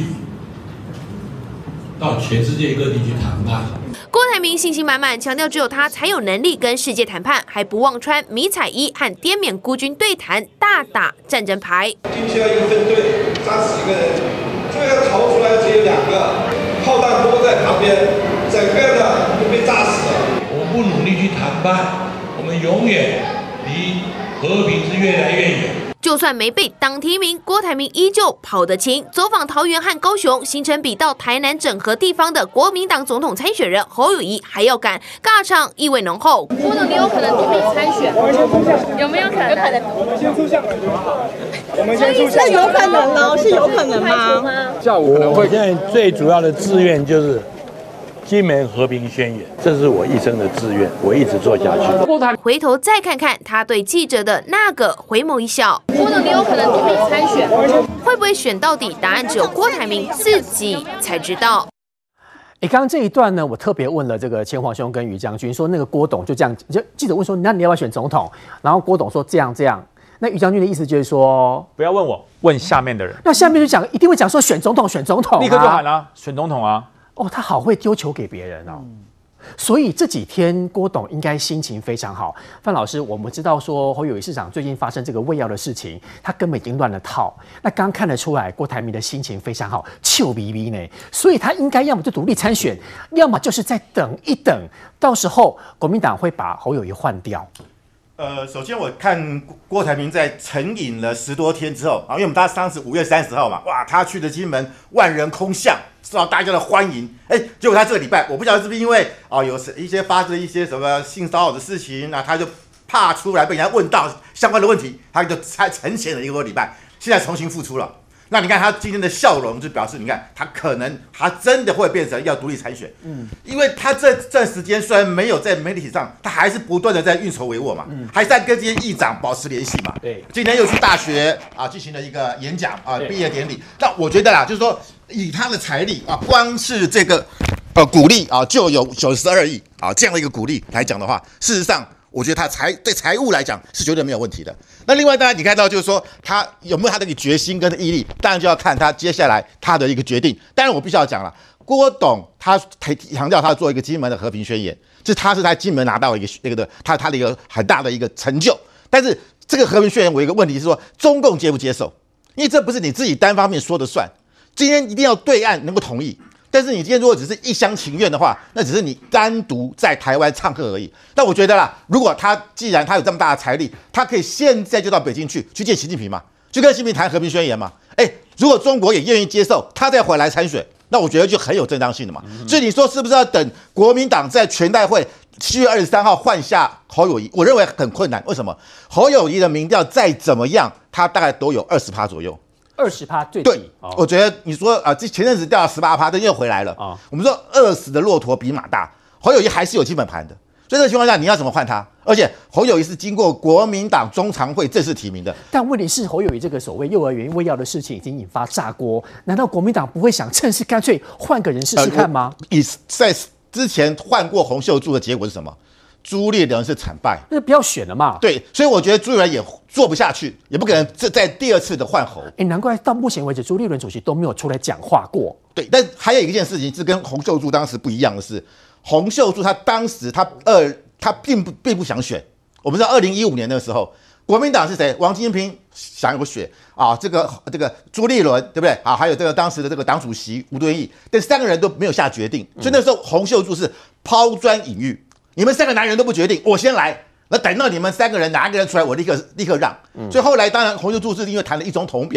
到全世界各地去谈判。 郭台铭信心满满，强调只有他才有能力跟世界谈判，还不忘穿迷彩衣和滇缅孤军对谈，大打战争牌。 进去了一个分队，杀10个人，最后逃出来只有2个，炮弹都在旁边，整个的都被炸死了。 我们不努力去谈判，我们永远离和平是越来越远。 就算没被当提名，郭台铭依旧跑得勤，走访桃园和高雄，行程比到台南整合地方的国民党总统参选人侯友宜还要赶，尬场意味浓厚。 郭总，你有可能独立参选？有没有可能？有可能。 我们先出项，我们先出项。是有可能哦，是有可能吗？ 下午可能会。现在最主要的志愿就是金门和平宣言，这是我一生的志愿，我一直做下去。 回头再看看他对记者的那个回眸一笑。 郭总，你有可能独立参选？ 会不会选到底？答案只有郭台铭自己才知道。 刚刚这一段呢，我特别问了这个千黄兄跟于将军，说那个郭董就这样，就记者问说，那你要不要选总统？然后郭董说这样。那于将军的意思就是说， 不要问我，问下面的人。 那下面就讲，一定会讲说选总统， 立刻就喊了，选总统啊！ 哦，他好会丢球给别人哦。所以这几天郭董应该心情非常好。范老师，我们知道说侯友宜市长最近发生这个喂药的事情，他根本已经乱了套。那刚看得出来，郭台铭的心情非常好，笑眯眯呢。所以他应该要么就独立参选，要么就是再等一等，到时候国民党会把侯友宜换掉。 首先我看郭台铭在沉隐了10多天之后啊，因为我们大家当时5月30号嘛，哇，他去的金门万人空巷，受到大家的欢迎。结果他这个礼拜，我不晓得是不是因为有一些发生了一些什么性骚扰的事情，那他就怕出来被人家问到相关的问题，他就沉潜了1个礼拜，现在重新复出了。那你看他今天的笑容，就表示你看他可能他真的会变成要独立参选，因为他这段时间虽然没有在媒体上，他还是不断的在运筹帷幄嘛，还是在跟这些议长保持联系嘛。 对， 今天又去大学进行了一个演讲毕业典礼。那我觉得啦，就是说以他的财力光是这个鼓励就有92亿这样的一个鼓励来讲的话，事实上。我觉得他对财务来讲是绝对没有问题的。那另外，当然你看到就是说他有没有他的一个决心跟毅力，当然就要看他接下来他的一个决定。当然我必须要讲了，郭董他强调他做一个金门的和平宣言，他是在金门拿到一个他的一个很大的一个成就。但是这个和平宣言，我有一个问题是说，中共接不接受？因为这不是你自己单方面说的算，今天一定要对岸能够同意。但是你今天如果只是一厢情愿的话，那只是你单独在台湾唱和而已。但我觉得啦，如果既然他有这么大的财力，他可以现在就到北京去见习近平嘛，去跟习近平谈和平宣言嘛。如果中国也愿意接受，他再回来参选，那我觉得就很有正当性的嘛。所以你说是不是要等国民党在全代会7月23号换下侯友宜？我认为很困难。为什么？侯友宜的民调再怎么样，他大概都有20%左右。 20%最低。 对，我觉得你说前阵子掉到18%，但又回来了。我们说饿死的骆驼比马大，侯友宜还是有基本盘的。所以这个情况下，你要怎么换他？而且侯友宜是经过国民党中常会正式提名的。 但问题是，侯友宜这个所谓幼儿园喂药的事情已经引发炸锅，难道国民党不会想趁势干脆换个人试试看吗？ 在之前换过洪秀柱的结果是什么？朱立伦是惨败， 那不要选了嘛。 对，所以我觉得朱立伦也做不下去，也不可能在第2次的换侯。 难怪到目前为止，朱立伦主席都没有出来讲话过。 对，但还有一件事情是跟洪秀柱当时不一样的是，洪秀柱他当时他并不想选。我们知道2015年的时候，国民党是谁？王金平想有选这个朱立伦对不对？还有这个当时的这个党主席吴敦义，但3个人都没有下决定，所以那时候洪秀柱是抛砖引玉。你们3个男人都不决定，我先来。那等到你们3个人哪一个人出来，我立刻让。所以后来当然洪秀柱是因为谈了一中同表，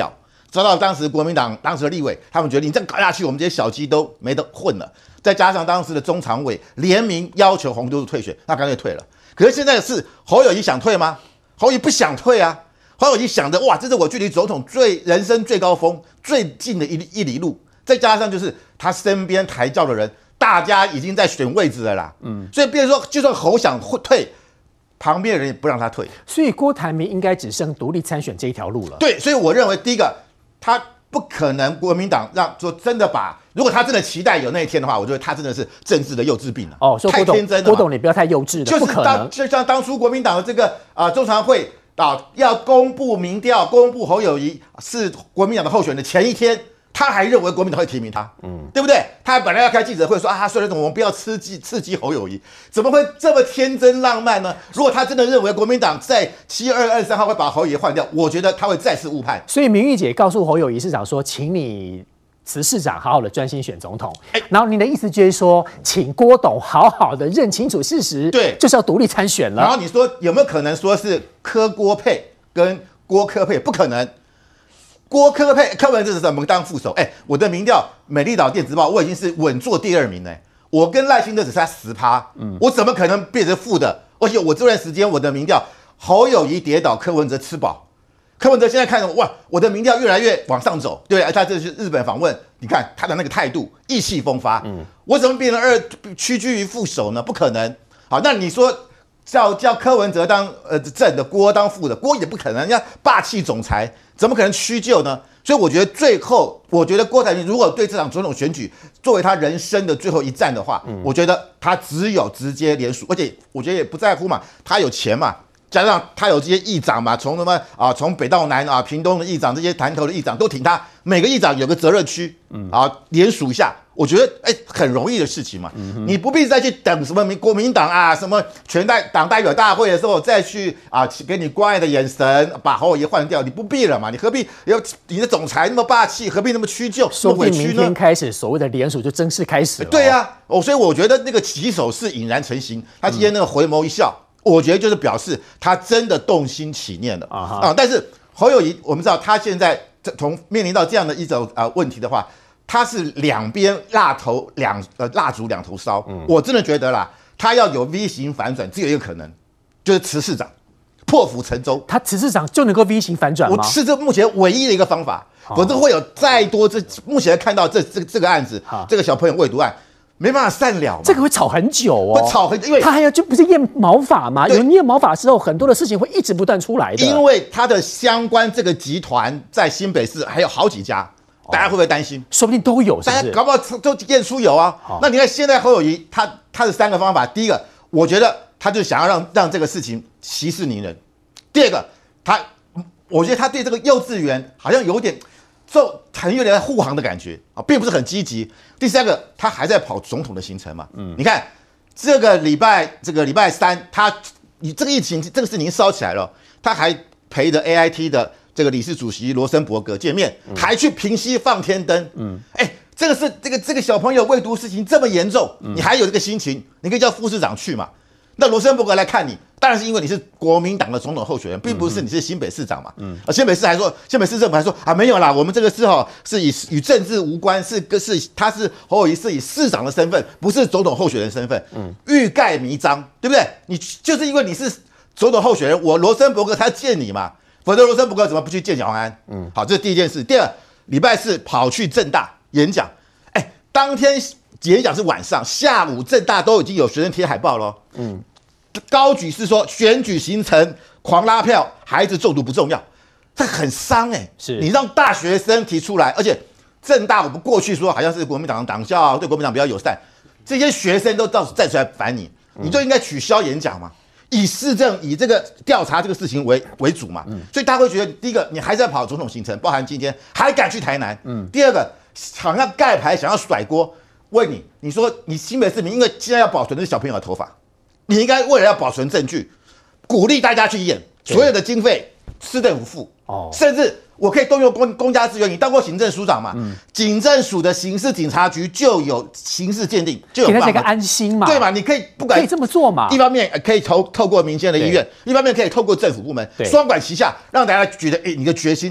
遭到当时国民党当时的立委，他们觉得你这样搞下去，我们这些小鸡都没得混了。再加上当时的中常委联名要求洪都退选，那干脆退了。可是现在是侯友宜想退吗？侯友宜不想退啊。侯友宜想着，哇，这是我距离总统人生最高峰最近的一里路。再加上就是他身边抬轿的人，大家已经在选位置了啦。所以变成说，就算侯想退，旁边的人也不让他退。 所以郭台铭应该只剩独立参选这一条路了。 对，所以我认为第一个，他不可能国民党让说真的把，如果他真的期待有那一天的话，我觉得他真的是政治的幼稚病了。 哦， 太天真了。 郭董，你不要太幼稚了， 就是不可能。 就像当初国民党的这个中常会要公布民调，公布侯友宜是国民党的候选人的前一天，他还认为国民党会提名他，对不对？他本来要开记者会说啊，虽然我们不要刺激侯友宜，怎么会这么天真浪漫呢？如果他真的认为国民党在7月23号会把侯友宜换掉，我觉得他会再次误判。 所以明玉姐告诉侯友宜市长说，请你辞市长，好好的专心选总统。然后您的意思就是说，请郭董好好的认清楚事实， 对， 就是要独立参选了。 然后你说有没有可能说是郭配跟郭科配？不可能。郭科配柯文哲是怎么当副手？我的民调美丽岛电子报我已经是稳坐第2名了，我跟赖清德只差10%，我怎么可能变成负的？而且我这段时间我的民调侯友宜跌倒，柯文哲吃饱。柯文哲现在看哇，我的民调越来越往上走，对，他这是日本访问，你看他的那个态度意气风发，我怎么变成屈居于副手呢？不可能。好，那你说叫柯文哲当正的，郭当副的，郭也不可能，人家霸气总裁怎么可能屈就呢？所以我觉得最后，我觉得郭台铭如果对这场总统选举作为他人生的最后一战的话，我觉得他只有直接联署，而且我觉得也不在乎嘛，他有钱嘛。加上他有这些议长嘛，从从北到南屏东的议长，这些南投的议长都挺他，每个议长有个责任区，联署一下，我觉得很容易的事情嘛，你不必再去等什么国民党什么全党代表大会的时候再去给你关爱的眼神，把侯友宜换掉，你不必了嘛，你何必你的总裁那么霸气，何必那么屈就， 说不定明天开始所谓的联署就正式开始了。 对啊，所以我觉得那个起手是引然成型，他今天那个回眸一笑。我觉得就是表示他真的动心起念了但是侯友宜，我们知道他现在面临到这样的一种问题的话，他是两边蜡烛两头烧。我真的觉得啦，他要有 V 型反转，只有一个可能，就是辞市长，破釜沉舟。 他辞市长就能够 V 型反转吗？ 是这目前唯一的一个方法，否则会有再多目前看到这个案子，这个小朋友未读案。没办法善了嘛， 这个会吵很久哦， 会吵很，因为他还要就不是验毛发嘛，有验毛发之后，很多的事情会一直不断出来的。 因为他的相关这个集团在新北市还有好几家，大家会不会担心？ 说不定都有，是不是？ 大家搞不好都验出有啊。那你看现在侯友宜他的3个方法，第一个，我觉得他就想要让这个事情息事宁人；第二个，我觉得他对这个幼稚园好像有点。很有点护航的感觉并不是很积极。第三个，他还在跑总统的行程嘛？你看这个礼拜3，你这个疫情这个事情烧起来了，他还陪着 AIT 的这个理事主席罗森伯格见面，还去平溪放天灯。这个是这个小朋友未读事情这么严重，你还有这个心情，你可以叫副市长去嘛？那罗森伯格来看你。当然是因为你是国民党的总统候选人，并不是你是新北市长嘛。新北市政府还说没有啦，我们这个是与政治无关，他是侯友宜是以市长的身份，不是总统候选人身份，欲盖弥彰，对不对？你就是因为你是总统候选人，我罗森伯格才见你嘛，否则罗森伯格怎么不去见蒋万安？好，这是第一件事。第二，礼拜4跑去政大演讲，当天演讲是晚上，下午政大都已经有学生贴海报了。高举是说选举行程狂拉票，孩子中毒不重要，这很伤是你让大学生提出来，而且政大我们过去说好像是国民党党校对国民党比较友善，这些学生都到时站出来反你，你就应该取消演讲嘛，以市政以这个调查这个事情为主嘛，所以大家会觉得第一个你还在跑总统行程，包含今天还敢去台南，第二个好像盖牌想要甩锅，问你说你新北市民因为现在要保存的是小朋友的头发。你应该为了要保存证据，鼓励大家去验，所有的经费市政府付，甚至我可以动用公家资源。你当过行政署长嘛？警政署的刑事警察局就有刑事鉴定，就有给大家一个安心嘛， 对嘛？你可以不敢可以这么做嘛？ 一方面可以透过民间的医院，一方面可以透过政府部门双管齐下，让大家觉得你的决心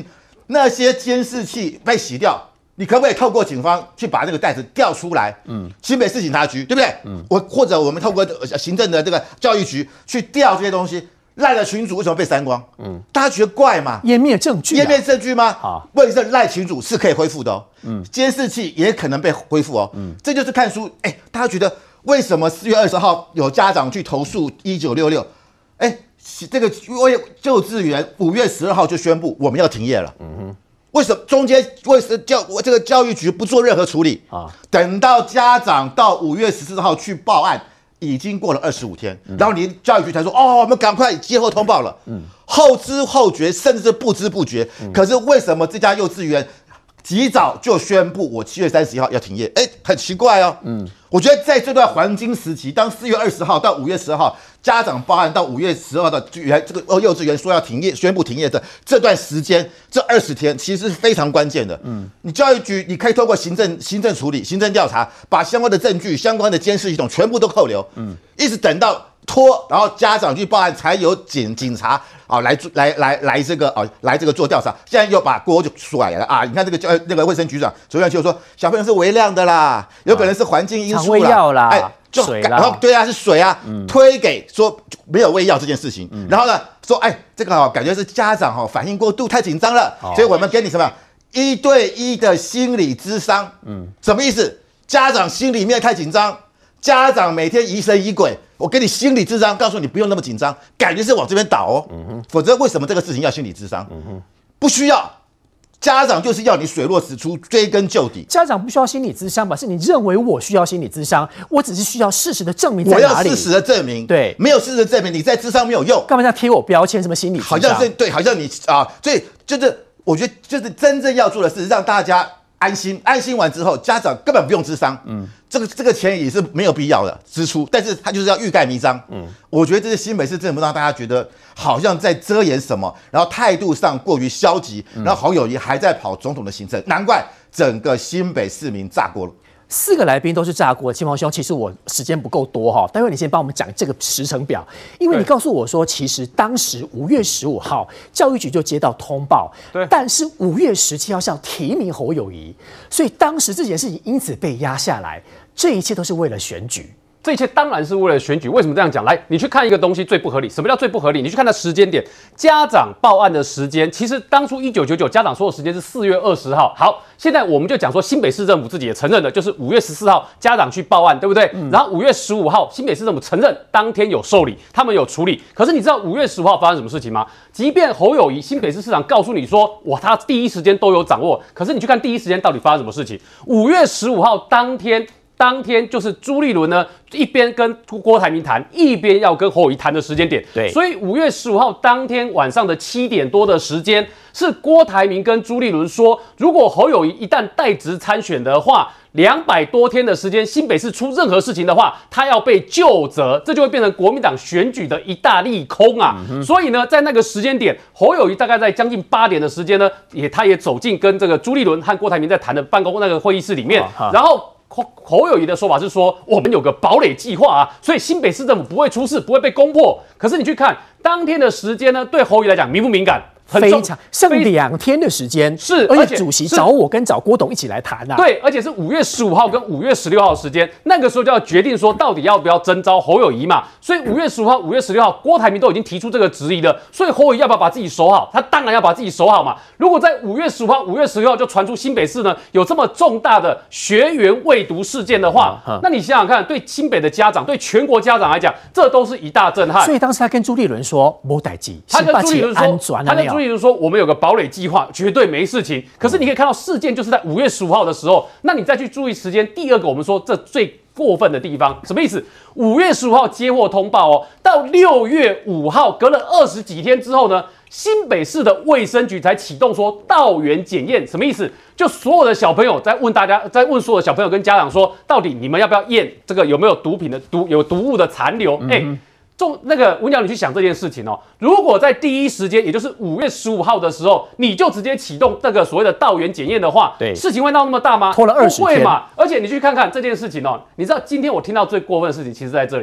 那些监视器被洗掉，你可不可以透过警方去把那个袋子调出来？新北市警察局对不对？或者我们透过行政的这个教育局去调这些东西。赖的群组为什么被删光？大家觉得怪吗？ 湮灭证据， 湮灭证据吗？好，问题是赖群组是可以恢复的哦。监视器也可能被恢复哦。这就是看书。大家觉得为什么4月20号有家长去投诉1966？这个幼稚园5月12号就宣布我们要停业了。为什么中间这个教育局不做任何处理啊？等到家长到5月14号去报案。已经过了25天，然后你教育局才说我们赶快接获通报了。后知后觉，甚至是不知不觉。可是为什么这家幼稚园及早就宣布我7月31号要停业？很奇怪哦。我觉得在这段黄金时期，当4月20号到5月12号家长报案，到5月12号的这个幼稚园说要停业，宣布停业的这段时间，这20天其实是非常关键的。你教育局你可以透过行政处理、行政调查，把相关的证据、相关的监视系统全部都扣留。一直等到拖，然后家长去报案，才有警察来这个做调查。现在又把锅就甩了啊！你看这个那个卫生局长昨天就说，小朋友是微量的啦，有可能是环境因素啦，水啦，然后对啊是水啊，推给说没有喂药这件事情，然后呢说这个感觉是家长反应过度太紧张了，所以我们给你什么1对1的心理咨商，什么意思？家长心里面太紧张。家长每天疑神疑鬼，我给你心理咨商，告诉你不用那么紧张，感觉是往这边倒哦。否则为什么这个事情要心理咨商？不需要，家长就是要你水落石出，追根究底。 家长不需要心理咨商吧？是你认为我需要心理咨商，我只是需要事实的证明在哪里？ 我要事实的证明，对，没有事实的证明，你在咨商没有用。 干嘛要贴我标签？什么心理咨商？ 好像是对，好像你所以就是我觉得就是真正要做的是让大家安心，安心完之后，家长根本不用咨商。这个钱也是没有必要的支出，但是他就是要欲盖弥彰。我觉得这是新北市政府让大家觉得好像在遮掩什么，然后态度上过于消极，然后侯友宜还在跑总统的行程，难怪整个新北市民炸锅了。 4个来宾都是炸锅，青黄兄，其实我时间不够多哈，待会你先帮我们讲这个时程表，因为你告诉我说，其实当时5月15号教育局就接到通报，但是5月17号是要提名侯友宜，所以当时这件事情因此被压下来，这一切都是为了选举。 这一切当然是为了选举。为什么这样讲？来，你去看一个东西最不合理。什么叫最不合理？你去看它时间点，家长报案的时间，其实当初1999家长说的时间是4月20号。好，现在我们就讲说新北市政府自己也承认了，就是5月14号家长去报案，对不对？然后5月15号新北市政府承认当天有受理，他们有处理。可是你知道5月15号发生什么事情吗？即便侯友宜新北市市长告诉你说，他第一时间都有掌握，可是你去看第一时间到底发生什么事情？5月15号当天就是朱立伦呢，一边跟郭台铭谈，一边要跟侯友宜谈的时间点。对，所以5月15号当天晚上的7点多的时间，是郭台铭跟朱立伦说，如果侯友宜一旦代职参选的话，200多天的时间，新北市出任何事情的话，他要被究责，这就会变成国民党选举的一大利空啊。所以呢，在那个时间点，侯友宜大概在将近8点的时间呢，他也走进跟这个朱立伦和郭台铭在谈的办公那个会议室里面，然后侯友宜的说法是说，我们有个堡垒计划啊，所以新北市政府不会出事，不会被攻破。可是你去看当天的时间呢，对侯友宜来讲敏不敏感？ 非常剩2天的时间，是，而且主席找我跟找郭董一起来谈啊。 对，而且是5月15号跟5月16号的时间，那个时候就要决定说到底要不要征召侯友宜嘛。所以5月15号、5月16号，郭台铭都已经提出这个质疑了。所以侯友宜要不要把自己守好？他当然要把自己守好嘛。如果在5月15号、5月16号就传出新北市呢有这么重大的学员未读事件的话，那你想想看，对新北的家长、对全国家长来讲，这都是一大震撼。 所以当时他跟朱立伦说没代志， 他跟朱立伦说，例如说，我们有个堡垒计划，绝对没事情。可是你可以看到事件就是在5月15号的时候，那你再去注意时间。第二个，我们说这最过分的地方，什么意思？5月15号接获通报哦，到6月5号，隔了20几天之后呢，新北市的卫生局才启动说到园检验，什么意思？就所有的小朋友在问所有的小朋友跟家长说，到底你们要不要验这个有没有毒品的有毒物的残留？那个文鸟，你去想这件事情哦。如果在第一时间，也就是5月15号的时候，你就直接启动这个所谓的到园检验的话，对，事情会闹那么大吗？ 拖了20天， 不会嘛。而且你去看看这件事情哦，你知道今天我听到最过分的事情，其实在这里，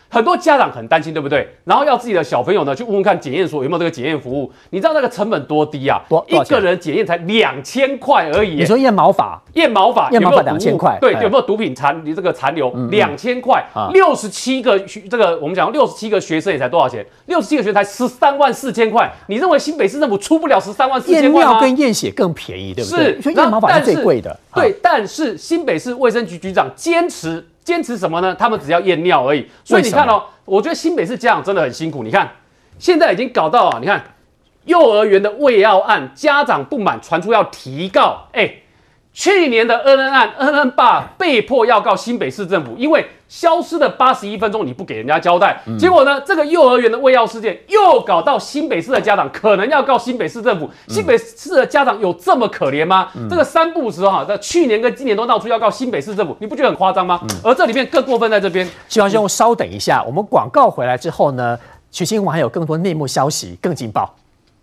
很多家长很担心，对不对？然后要自己的小朋友呢去问问看检验所有没有这个检验服务。你知道那个成本多低啊？一个人检验才2000块而已。 你说验毛发 2000块，对，有没有毒品残留？2000块，67个这个我们讲67个学生也才多少钱？67个学生才134000块。你认为新北市政府出不了134000块吗？ 验尿跟验血更便宜，对不对？ 是， 验毛发是最贵的。 对，但是新北市卫生局局长坚持什么呢？他们只要验尿而已。所以你看哦，我觉得新北市家长真的很辛苦。你看，现在已经搞到啊，你看幼儿园的喂药案，家长不满，传出要提告。去年的恩恩案，恩恩爸被迫要告新北市政府，因为消失的81分钟你不给人家交代，结果呢，这个幼儿园的喂药事件又搞到新北市的家长可能要告新北市政府。新北市的家长有这么可怜吗？这个三不五时哈，去年跟今年都闹出要告新北市政府，你不觉得很夸张吗？而这里面更过分在这边。 希望兄稍等一下，我们广告回来之后呢，徐新闻还有更多内幕消息更劲爆。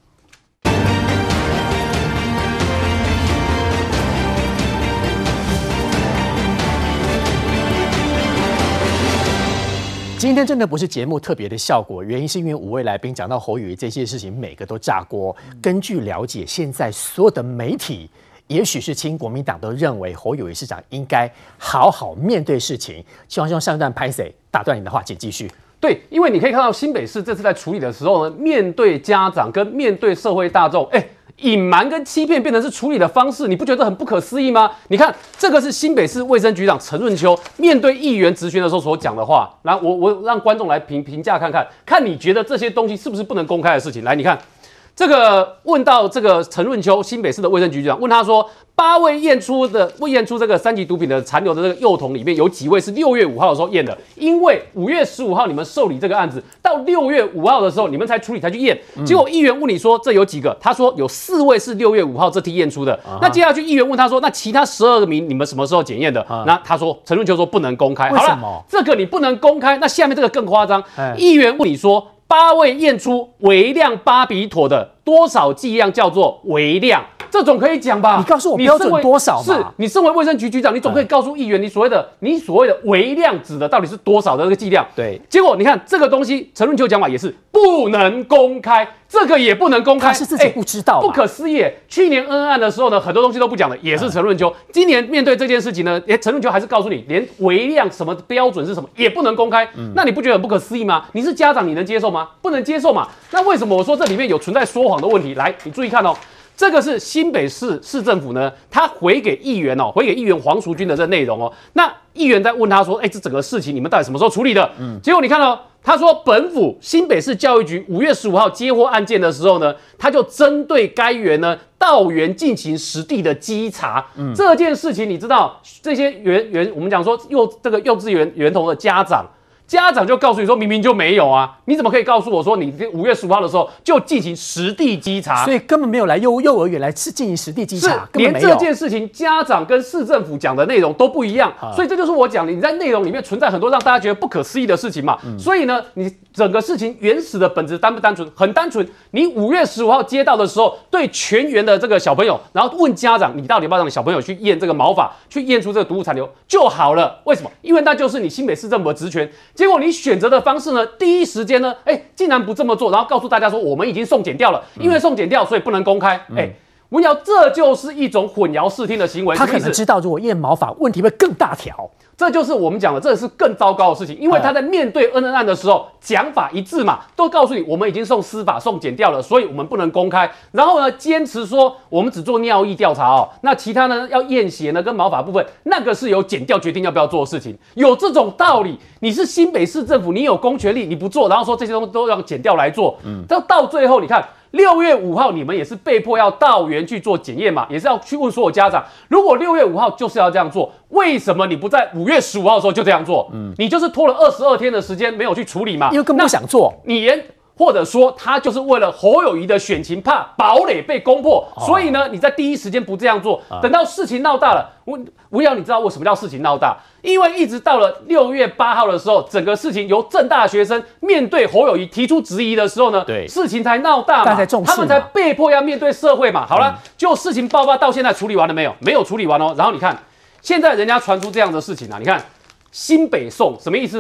今天真的不是节目特别的效果，原因是因为5位来宾讲到侯友宜这些事情，每个都炸锅。根据了解，现在所有的媒体，也许是亲国民党都认为侯友宜市长应该好好面对事情。希望上一段拍谁打断你的话，请继续。 对，因为你可以看到新北市这次在处理的时候呢，面对家长跟面对社会大众，隐瞒跟欺骗变成是处理的方式，你不觉得很不可思议吗？你看，这个是新北市卫生局长陈润秋面对议员质询的时候所讲的话，然后我让观众来评价看看，你觉得这些东西是不是不能公开的事情？来，你看。这个问到这个陈润秋，新北市的卫生局局长问他说，8位验出这个3级毒品的残留的这个幼童里面，有几位是6月5号的时候验的？因为5月15号你们受理这个案子，到6月5号的时候你们才处理才去验。结果议员问你说这有几个？他说有4位是6月5号这天验出的。那接下去议员问他说，那其他12名你们什么时候检验的？那他说陈润秋说不能公开。 为什么？ 这个你不能公开，那下面这个更夸张。议员问你说，8位验出微量巴比妥的多少剂量叫做微量？这种可以讲吧？ 你告诉我标准多少嘛？ 是你身为卫生局局长，你总可以告诉议员，你所谓的微量指的到底是多少的这个剂量？ 对。 结果你看这个东西，陈润秋讲法也是不能公开，这个也不能公开。 他是自己不知道， 不可思议。去年恩案的时候呢，很多东西都不讲的，也是陈润秋。今年面对这件事情呢，陈润秋还是告诉你，连微量什么标准是什么也不能公开。那你不觉得很不可思议吗？你是家长，你能接受吗？不能接受嘛。那为什么我说这里面有存在说谎的问题？来，你注意看哦。这个是新北市政府呢，他回给议员黄淑君的这内容哦。那议员在问他说，这整个事情你们到底什么时候处理的？结果你看哦，他说本府新北市教育局5月15号接获案件的时候呢，他就针对该园呢到园进行实地的稽查。这件事情你知道，这些我们讲说幼稚园园童的家长就告诉你说，明明就没有啊！你怎么可以告诉我说你5月15号的时候就进行实地稽查？ 所以根本没有来幼儿园来进行实地稽查， 连这件事情家长跟市政府讲的内容都不一样，所以这就是我讲的，你在内容里面存在很多让大家觉得不可思议的事情嘛。所以呢，你整个事情原始的本质单不单纯？很单纯。你5月15号接到的时候，对全员的这个小朋友，然后问家长，你到底要不要让小朋友去验这个毛发，去验出这个毒物残留就好了？为什么？因为那就是你新北市政府的职权。结果你选择的方式呢，第一时间呢，竟然不这么做，然后告诉大家说我们已经送检掉了，因为送检掉所以不能公开。文瑶，这就是一种混淆视听的行为。 他可能知道，如果验毛发，问题会更大条。 这就是我们讲的，这是更糟糕的事情，因为他在面对恩恩案的时候，讲法一致嘛，都告诉你我们已经送司法送检掉了，所以我们不能公开。然后呢，坚持说我们只做尿液调查哦，那其他呢要验血呢跟毛发部分，那个是由检调决定要不要做的事情，有这种道理。你是新北市政府，你有公权力，你不做，然后说这些东西都让检调来做，到最后你看。6月5号，你们也是被迫要到园去做检验嘛，也是要去问所有家长。如果6月5号就是要这样做，为什么你不在5月15号的时候就这样做？你就是拖了22天的时间没有去处理嘛？ 因为根本不想做。 或者说他就是为了侯友宜的选情，怕堡垒被攻破，所以呢，你在第一时间不这样做，等到事情闹大了，吴瑶，你知道为什么叫事情闹大？因为一直到了6月8号的时候，整个事情由政大学生面对侯友宜提出质疑的时候呢，事情才闹大嘛，他们才被迫要面对社会嘛。好了，就事情爆发到现在处理完了没有？没有处理完哦。然后你看，现在人家传出这样的事情啊，你看新北送什么意思呢？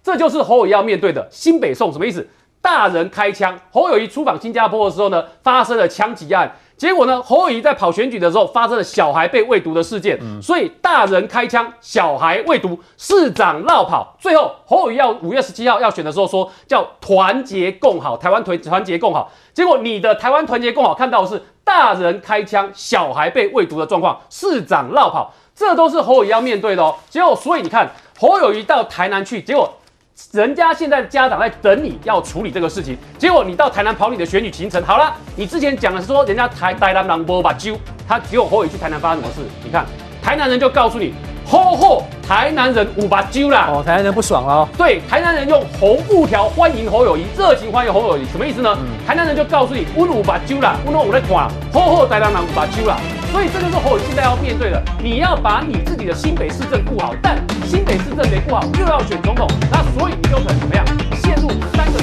这就是侯友宜要面对的新北宋，什么意思？大人开枪，侯友宜出访新加坡的时候呢，发生了枪击案。结果呢，侯友宜在跑选举的时候发生了小孩被喂毒的事件，所以大人开枪，小孩喂毒，市长绕跑。最后侯友宜要5月17号要选的时候说叫团结共好，台湾团结共好。结果你的台湾团结共好看到的是大人开枪，小孩被喂毒的状况，市长绕跑，这都是侯友宜要面对的哦。结果所以你看侯友宜到台南去，结果人家现在的家长在等你要处理这个事情，结果你到台南跑你的选举行程，好了，你之前讲的是说人家台南人没把揪，他结果侯友宜去台南发生什么事？你看台南人就告诉你，台南人五把揪啦， 台南人不爽了。 对，台南人用红布条欢迎侯友宜，热情欢迎侯友宜，什么意思呢？台南人就告诉你，温五把揪啦，温我在看，台南人五把揪啦。所以这就是侯友宜现在要面对的，你要把你自己的新北市政顾好，但新北市政没顾好，又要选总统，那所以你就可